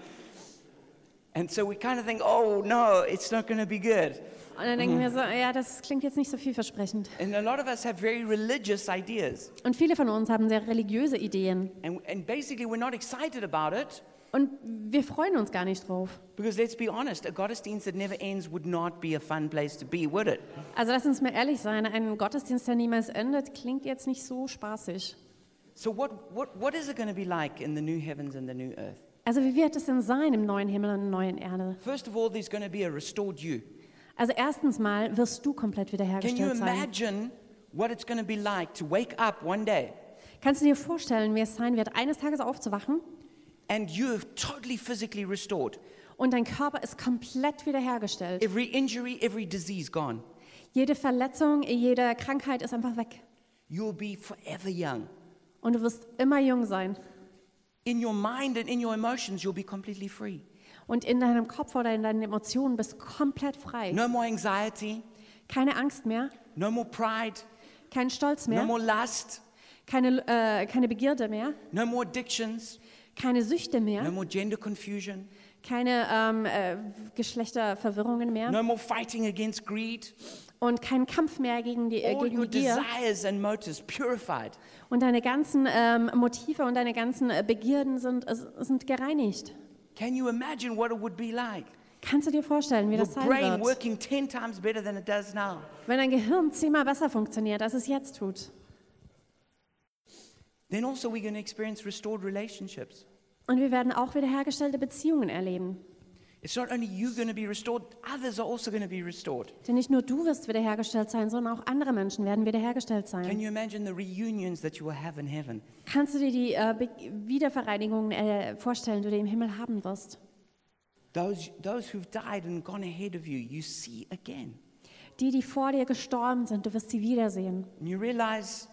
And so we kind of think, oh no, it's not going to be good. Und dann denken wir so, ja, das klingt jetzt nicht so vielversprechend. And a lot of us have very religious ideas. Und viele von uns haben sehr religiöse Ideen. And basically we're not excited about it Und wir freuen uns gar nicht drauf. because let's be honest, a Gottesdienst that never ends would not be a fun place to be, would it? Also lass uns mal ehrlich sein, ein Gottesdienst, der niemals endet, klingt jetzt nicht so spaßig. So what is it going to be like in the new heavens and the new earth? Also wie wird es denn sein im neuen Himmel und der neuen Erde? First of all, there's going to be a restored you. Also erstens mal wirst du komplett Can you wiederhergestellt sein. imagine what it's going to be like to wake up one day Kannst du dir vorstellen, wie es sein wird, eines Tages aufzuwachen and you're totally physically restored? und dein Körper ist komplett wiederhergestellt. Every injury, every disease gone. Jede Verletzung, jede Krankheit ist einfach weg. You'll be forever young. Und du wirst immer jung sein. In your mind and in your emotions, you'll be completely free. Und in deinem Kopf oder in deinen Emotionen bist du komplett frei. No more anxiety, Keine Angst mehr, no more pride, kein Stolz no mehr, more lust, keine Begierde mehr, no more addictions, keine Süchte no mehr, more gender confusion, keine Geschlechterverwirrungen mehr no more fighting against greed. und kein Kampf mehr gegen die All your Gier. desires and motives purified. Und deine ganzen Motive und deine ganzen Begierden sind gereinigt. Can you imagine what it would be like? Kannst du dir vorstellen, wie Your das sein brain wird, working 10 times better than it does now. wenn dein Gehirn 10-mal besser funktioniert, als es jetzt tut? Then also we're going to experience restored relationships. Und wir werden auch wiederhergestellte Beziehungen erleben. It's not only you going to be restored, others are also going to be restored. Denn nicht nur du wirst wiederhergestellt sein, sondern auch andere Menschen werden wiederhergestellt Can sein. you imagine the reunions that you will have in heaven? Kannst du dir die Wiedervereinigung vorstellen, die du im Himmel haben wirst? Those who've died and gone ahead of you, you see again. Die vor dir gestorben sind, du wirst sie wiedersehen. And you realize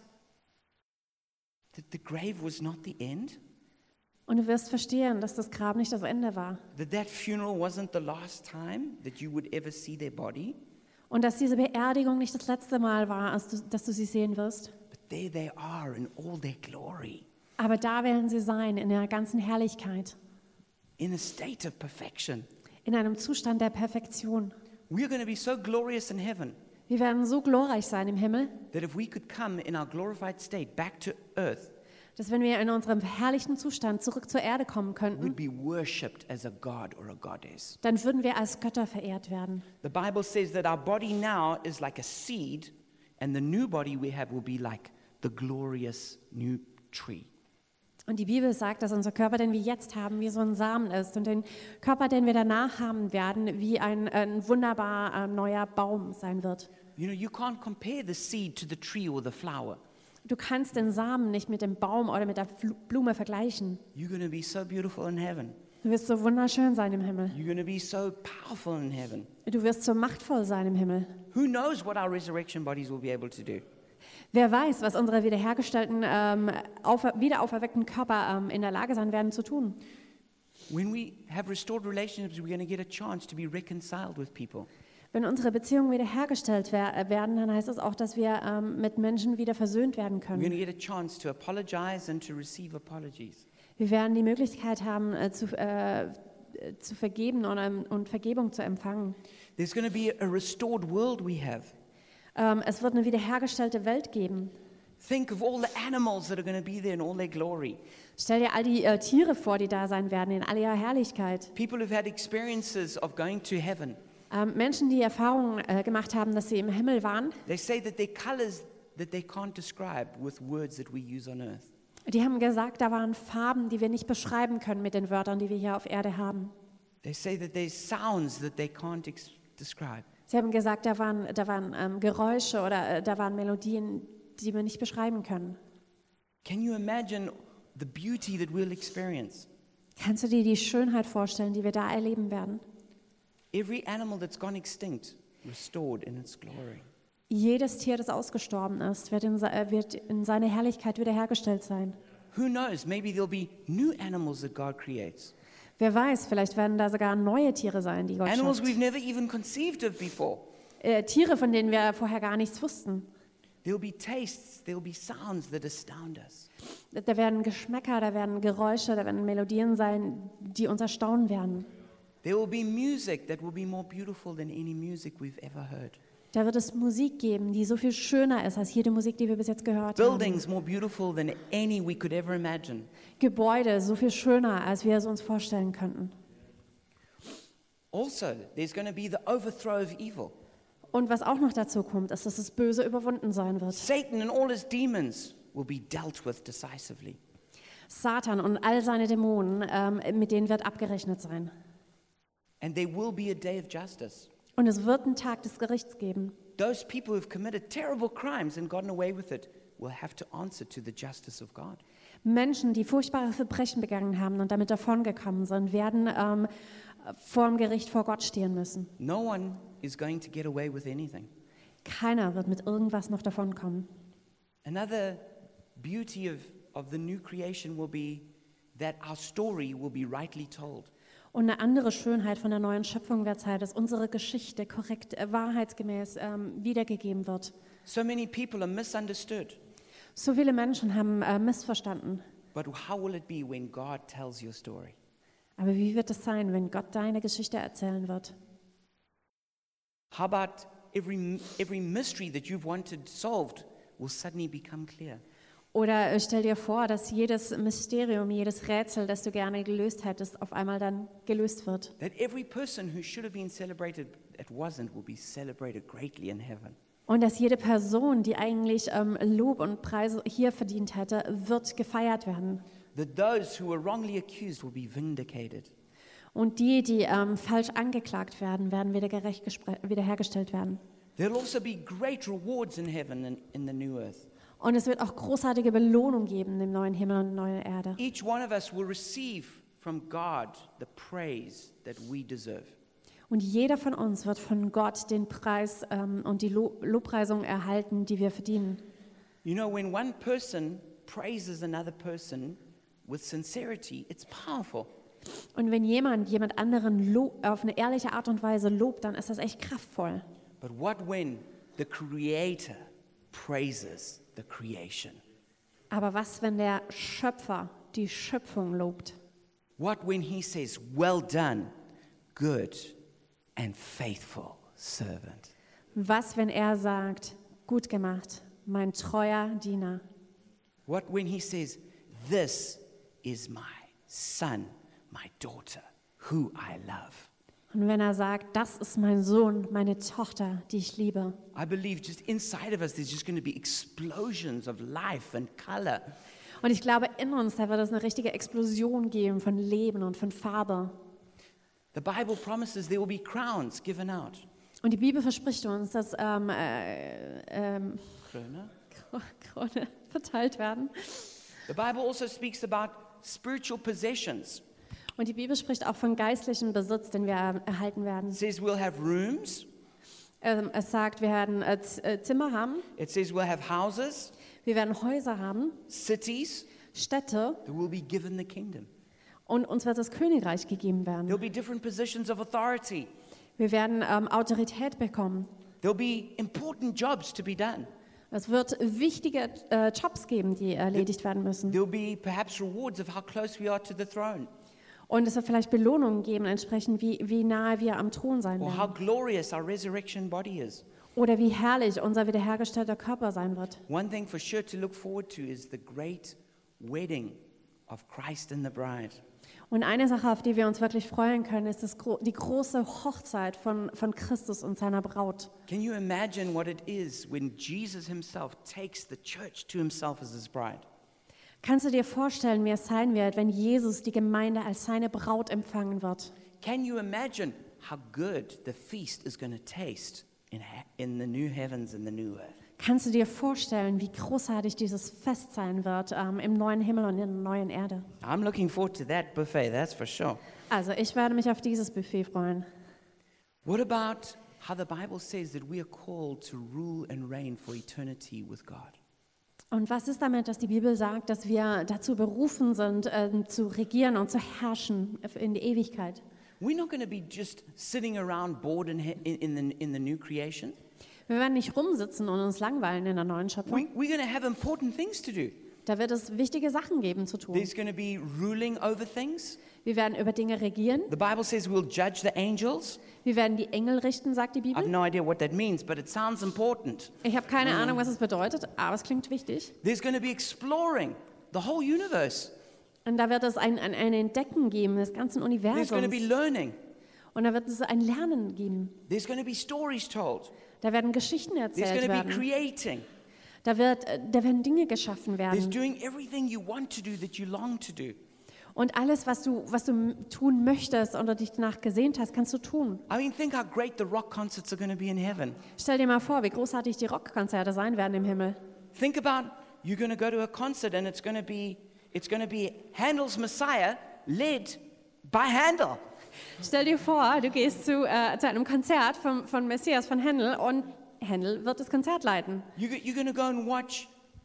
that the grave was not the end, Und du wirst verstehen, dass das Grab nicht das Ende war. that funeral wasn't the last time that you would ever see their body, Und dass diese Beerdigung nicht das letzte Mal war, dass du sie sehen wirst. but there they are in all their glory, Aber da werden sie sein, in der ganzen Herrlichkeit, in a state of perfection. in einem Zustand der Perfektion. We're going to be so glorious in heaven Wir werden so glorreich sein im Himmel, that if we could come in our glorified state back to earth, dass wenn wir in unserem herrlichen Zustand zurück zur Erde kommen we'd könnten, be worshipped as a god or a goddess. dann würden wir als Götter verehrt werden. The Bible says that our body now is like a seed, and the new body we have will be like the glorious new tree. Und die Bibel sagt, dass unser Körper, den wir jetzt haben, wie so ein Samen ist und den Körper, den wir danach haben werden, wie ein wunderbar neuer Baum sein wird. You know, you can't compare the seed to the tree or the flower. Du kannst den Samen nicht mit dem Baum oder mit der Blume vergleichen. You're going to be so beautiful in heaven. Du wirst so wunderschön sein im Himmel. You're going to be so powerful in heaven. Du wirst so machtvoll sein im Himmel. Who knows what our resurrection bodies will be able to do? Wer weiß, was unsere wiederhergestellten, wiederauferweckten Körper in der Lage sein werden zu tun. When we have restored relationships, we're going to get a chance to be reconciled with people. Wenn unsere Beziehungen wiederhergestellt werden, dann heißt es auch, dass wir mit Menschen wieder versöhnt werden We're going können. to get a chance to apologize and to receive apologies. Wir werden die Möglichkeit haben, zu vergeben und Vergebung zu empfangen. There's going to be a restored world we have. Es wird eine wiederhergestellte Welt geben. Think of all the animals that are going to be there in all their glory. Stell dir all die Tiere vor, die da sein werden, in all ihrer Herrlichkeit. People who've had experiences of going to heaven. Menschen, die Erfahrungen gemacht haben, dass sie im Himmel waren, They say that they're colors that they can't describe with words that we use on earth. die haben gesagt, da waren Farben, die wir nicht beschreiben können mit den Wörtern, die wir hier auf Erde haben. They say that there's sounds that they can't describe. Sie haben gesagt, da waren Geräusche oder da waren Melodien, die wir nicht beschreiben können. Can you imagine the beauty that we'll experience? Kannst du dir die Schönheit vorstellen, die wir da erleben werden? Every animal that's gone extinct, restored in its glory. Jedes Tier, das ausgestorben ist, wird in seine Herrlichkeit wiederhergestellt sein. Who knows? Maybe there'll be new animals that God creates. Wer weiß, vielleicht werden da sogar neue Tiere sein, die Gott Animals schafft. we've never even conceived of before. Tiere, von denen wir vorher gar nichts wussten. There'll be tastes, there'll be sounds that astound us. Da werden Geschmäcker, da werden Geräusche, da werden Melodien sein, die uns erstaunen werden. There will be music that will be more beautiful than any music we've ever heard. Da wird es Musik geben, die so viel schöner ist als jede Musik, die wir bis jetzt gehört Buildings haben. more beautiful than any we could ever imagine. Gebäude so viel schöner, als wir es uns vorstellen könnten. Also, there's going to be the overthrow of evil. Und was auch noch dazu kommt, ist, dass das Böse überwunden sein wird. Satan and all his demons will be dealt with decisively. Satan und all seine Dämonen, mit denen wird abgerechnet sein. And there will be a day of justice. Und es wird einen Tag des Gerichts geben. Those people who've committed terrible crimes and gotten away with it will have to answer to the justice of God. Menschen, die furchtbare Verbrechen begangen haben und damit davongekommen sind, werden vor dem Gericht vor Gott stehen müssen. No one is going to get away with anything. Keiner wird mit irgendwas noch davonkommen. Another beauty of the new creation will be that our story will be rightly told. Und eine andere Schönheit von der neuen Schöpfung wird sein, dass unsere Geschichte korrekt, wahrheitsgemäß wiedergegeben wird. So many people are misunderstood. So viele Menschen haben missverstanden. But how will it be when God tells your story? Aber wie wird es sein, wenn Gott deine Geschichte erzählen wird? How about every mystery that you've wanted solved will suddenly become clear? Oder stell dir vor, dass jedes Mysterium, jedes Rätsel, das du gerne gelöst hättest, auf einmal dann gelöst wird. That every person who should have been celebrated that wasn't will be celebrated greatly in heaven. Und dass jede Person, die eigentlich Lob und Preise hier verdient hätte, wird gefeiert werden. That those who were wrongly accused will be vindicated. Und die, die falsch angeklagt werden, werden wiederhergestellt werden. There'll also be great rewards in heaven and in the new earth. Und es wird auch großartige Belohnung geben im neuen Himmel und neuen Erde. Each one of us will receive from God the praise that we deserve. Und jeder von uns wird von Gott den Preis und die Lobpreisung erhalten, die wir verdienen. You know, when one person praises another person with sincerity, it's powerful. Und wenn jemand anderen auf eine ehrliche Art und Weise lobt, dann ist das echt kraftvoll. But what when the Creator praises the creation? Aber was, wenn der Schöpfer die Schöpfung lobt? What when He says, "Well done, good and faithful servant"? Was, wenn er sagt, gut gemacht, mein treuer Diener? What when He says, "This is my son, my daughter, who I love"? Und wenn er sagt, das ist mein Sohn, meine Tochter, die ich liebe. I believe just inside of us there's just going to be explosions of life and color. Und ich glaube, in uns, da wird es eine richtige Explosion geben von Leben und von Farbe. The Bible promises there will be crowns given out. Und die Bibel verspricht uns, dass Krone? Krone verteilt werden. The Bible also speaks about spiritual possessions. Und die Bibel spricht auch von geistlichem Besitz, den wir erhalten werden. It says we'll have rooms. Es sagt, wir werden Zimmer haben, It says we'll have houses, wir werden Häuser haben, cities Städte, that will be given the kingdom. und uns wird das Königreich gegeben werden. There'll be different positions of authority. Wir werden Autorität bekommen. There'll be important jobs to be done. Es wird wichtige Jobs geben, die erledigt werden müssen. There'll be perhaps rewards of how close we are to the throne, Und es wird vielleicht Belohnungen geben, entsprechend wie nahe wir am Thron sein or how werden. glorious our resurrection body is. Oder wie herrlich unser wiederhergestellter Körper sein wird. One thing for sure to look forward to is the great wedding of Christ and the bride. Und eine Sache, auf die wir uns wirklich freuen können, ist die große Hochzeit von Christus und seiner Braut. Can you imagine what it is when Jesus himself takes the church to himself as his bride? Kannst du dir vorstellen, wie es sein wird, wenn Jesus die Gemeinde als seine Braut empfangen wird? Can you imagine how good the feast is going to taste in the new heavens and the new earth? Kannst du dir vorstellen, wie großartig dieses Fest sein wird im neuen Himmel und in der neuen Erde? I'm looking forward to that buffet, that's for sure. Also ich werde mich auf dieses Buffet freuen. What about how the Bible says that we are called to rule and reign for eternity with God? Und was ist damit, dass die Bibel sagt, dass wir dazu berufen sind, zu regieren und zu herrschen in die Ewigkeit? We're not going to be just sitting around bored in the new creation. Wir werden nicht rumsitzen und uns langweilen in der neuen Schöpfung. We're going to have important things to do. Da wird es wichtige Sachen geben zu tun. There's going to be ruling over things. Wir werden über Dinge regieren. The Bible says we'll judge the angels. Wir werden die Engel richten, sagt die I have Bibel. no idea what that means, but it sounds important. Ich habe keine Ahnung, was es bedeutet, aber es klingt wichtig. There's going to be exploring the whole universe. Und da wird es ein Entdecken geben des ganzen There's going to be Universums. learning. Und da wird es ein Lernen geben. There's going to be stories told. Da werden Geschichten There's erzählt going to be werden. creating. Da werden Dinge geschaffen There's werden. doing everything you want to do that you long to do. Und alles, was du tun möchtest oder dich danach gesehnt hast, kannst du tun. I mean, think how great the rock concerts are going to be in heaven. Stell dir mal vor, wie großartig die Rockkonzerte sein werden im Himmel. Think about you're going to go to a concert and it's going to be Handel's Messiah led by Handel. Stell dir vor, du gehst zu einem Konzert von Messias, von Händel, und Händel wird das Konzert leiten. You're going to go and watch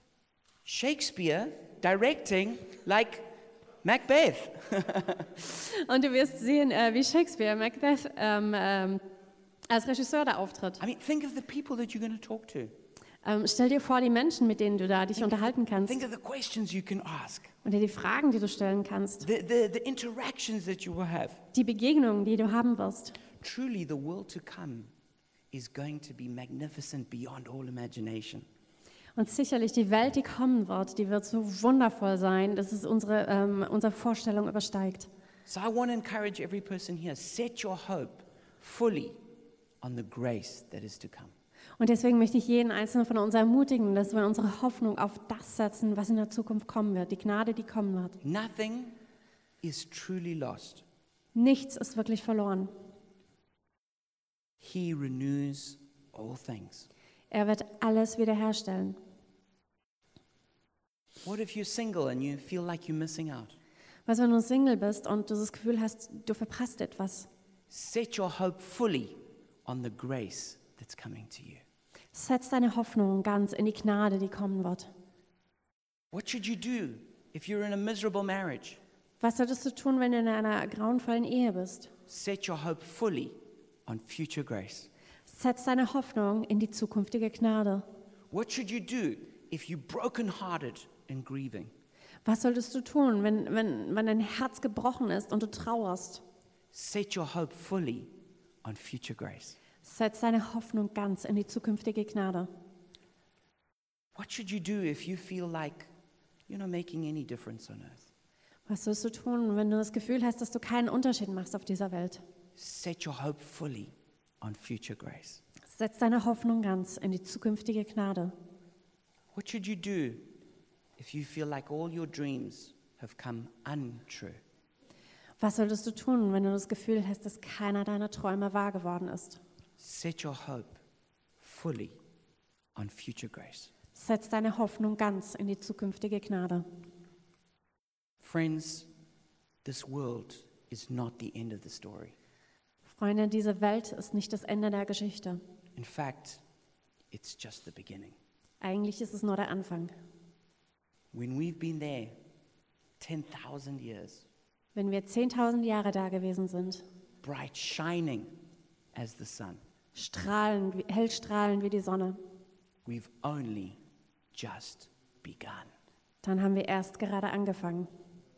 Shakespeare directing like Macbeth. Und du wirst sehen, wie Shakespeare, Macbeth, als Regisseur da auftritt. I mean, think of the people that you're going to talk to. Stell dir vor, die Menschen, mit denen du da dich unterhalten kannst, Think of the questions you can ask, und dir die Fragen, die du stellen kannst, the interactions that you will have. die Begegnungen, die du haben wirst. Truly, the world to come is going to be magnificent beyond all imagination. Und sicherlich die Welt, die kommen wird, die wird so wundervoll sein, dass es unsere Vorstellung übersteigt. So I want to encourage every person here, set your hope fully on the grace that is to come. Und deswegen möchte ich jeden Einzelnen von uns ermutigen, dass wir unsere Hoffnung auf das setzen, was in der Zukunft kommen wird, die Gnade, die kommen wird. Nothing is truly lost Nichts ist wirklich verloren. He renews all things. Er wird alles wiederherstellen. What if you're single and you feel like you're missing out? Was, wenn du Single bist und du das Gefühl hast, du verpasst etwas? Set your hope fully on the grace that's coming to you. Setz deine Hoffnung ganz in die Gnade, die kommen wird. What should you do if you're in a miserable marriage? Was solltest du tun, wenn du in einer grauenvollen Ehe bist? Set your hope fully on future grace. Setz deine Hoffnung in die zukünftige Gnade. What should you do if you're brokenhearted and grieving? Was solltest du tun, wenn dein Herz gebrochen ist und du trauerst? Set your hope fully on future grace. Setz deine Hoffnung ganz in die zukünftige Gnade. What should you do if you feel like you're not making any difference on earth? Was sollst du tun, wenn du das Gefühl hast, dass du keinen Unterschied machst auf dieser Welt? Set your hope fully on future grace. Setz deine Hoffnung ganz in die zukünftige Gnade. What should you do if you feel like all your dreams have come untrue? Was solltest du tun, wenn du das Gefühl hast, dass keiner deiner Träume wahr geworden ist? Set your hope fully on future grace. Setz deine Hoffnung ganz in die zukünftige Gnade. Friends, this world is not the end of the story. Freunde, diese Welt ist nicht das Ende der Geschichte. In fact, it's just the beginning. Eigentlich ist es nur der Anfang. When we've been there 10,000 years, Wenn wir 10.000 Jahre da gewesen sind, bright, shining as the sun, hell strahlend wie die Sonne, we've only just begun. dann haben wir erst gerade angefangen.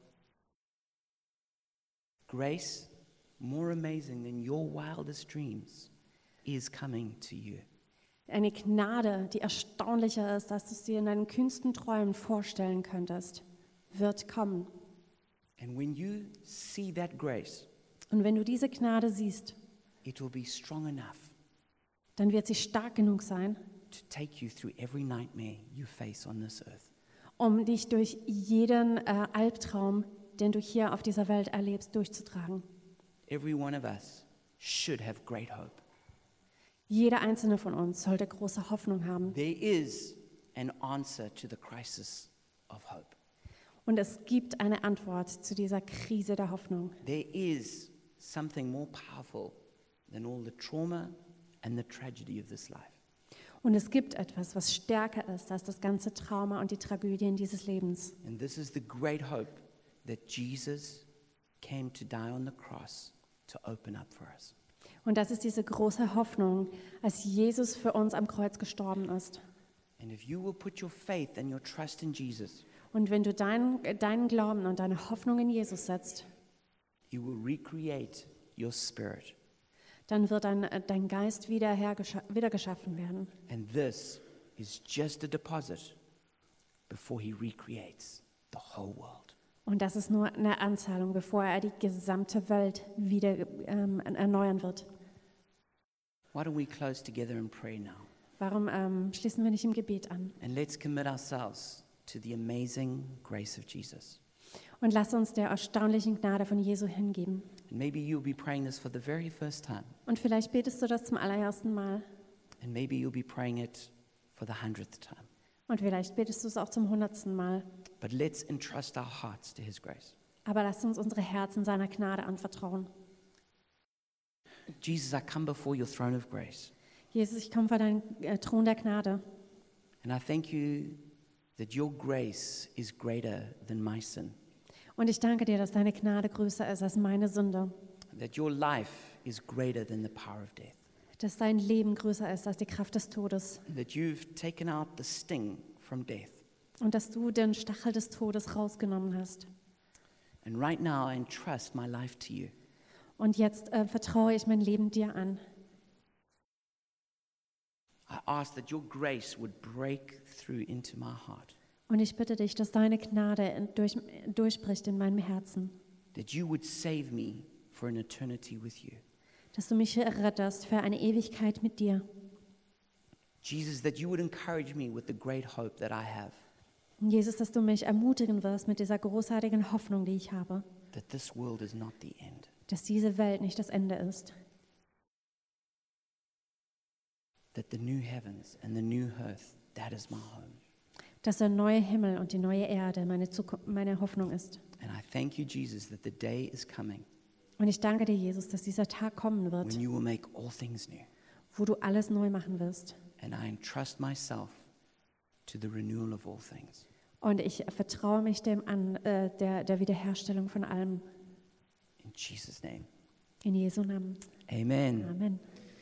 Grace, more amazing than your wildest dreams, is coming to you. Eine Gnade, die erstaunlicher ist, als du es dir in deinen kühnsten Träumen vorstellen könntest, wird kommen. And when you see that grace, Und wenn du diese Gnade siehst, it will be strong enough dann wird sie stark genug sein, to take you through every nightmare you face on this earth. um dich durch jeden Albtraum, den du hier auf dieser Welt erlebst, durchzutragen. Every one of us should have great hope. Jeder einzelne von uns sollte große Hoffnung haben. There is an answer to the crisis of hope. Und es gibt eine Antwort zu dieser Krise der Hoffnung. There is something more powerful than all the trauma and the tragedy of this life. Und es gibt etwas, was stärker ist als das ganze Trauma und die Tragödien dieses Lebens. And this is the great hope that Jesus came to die on the cross to open up for us. Und das ist diese große Hoffnung, als Jesus für uns am Kreuz gestorben ist. And if you will put your faith and your trust in Jesus, Und wenn du deinen Glauben und deine Hoffnung in Jesus setzt, He will recreate your spirit. dann wird dein Geist wieder geschaffen werden. And this is just a deposit before He recreates the whole world. Und das ist nur eine Anzahlung, bevor er die gesamte Welt wieder erneuern wird. Why don't we close together in prayer now? Warum schließen wir nicht im Gebet an? And let's commit ourselves to the amazing grace of Jesus. Und lass uns der erstaunlichen Gnade von Jesu hingeben. And maybe you'll be praying this for the very first time. Und vielleicht betest du das zum allerersten Mal. And maybe you'll be praying it for the 100th time. Und vielleicht betest du es auch zum 100. Mal. But let's entrust our hearts to His grace. Aber lasst uns unsere Herzen seiner Gnade anvertrauen. Jesus, I come before your throne of grace. Jesus, ich komme vor deinen Thron der Gnade. And I thank you that your grace is greater than my sin. Und ich danke dir, dass deine Gnade größer ist als meine Sünde. That your life is greater than the power of death. Dass dein Leben größer ist als die Kraft des Todes. That you've taken out the sting from death. Und dass du den Stachel des Todes rausgenommen hast. And right now I entrust my life to you. Und jetzt vertraue ich mein Leben dir an. I ask that your grace would break through into my heart. Und ich bitte dich, dass deine Gnade durchbricht in meinem Herzen. That you would save me for an eternity with you. Dass du mich rettest für eine Ewigkeit mit dir. Jesus, that you would encourage me with the great hope that I have. Und Jesus, dass du mich ermutigen wirst mit dieser großartigen Hoffnung, die ich habe. That this world is not the end. dass diese Welt nicht das Ende ist. That the new heavens and the new earth, that is my home. Dass der neue Himmel und die neue Erde meine Hoffnung ist. And I thank you, Jesus, that the day is coming Und ich danke dir, Jesus, dass dieser Tag kommen wird, when you will make all things new. wo du alles neu machen wirst. And I entrust myself to the renewal of all things. Und ich vertraue mich dem an, der Wiederherstellung von allem. In Jesus' name. In Jesu Namen. Amen. Amen.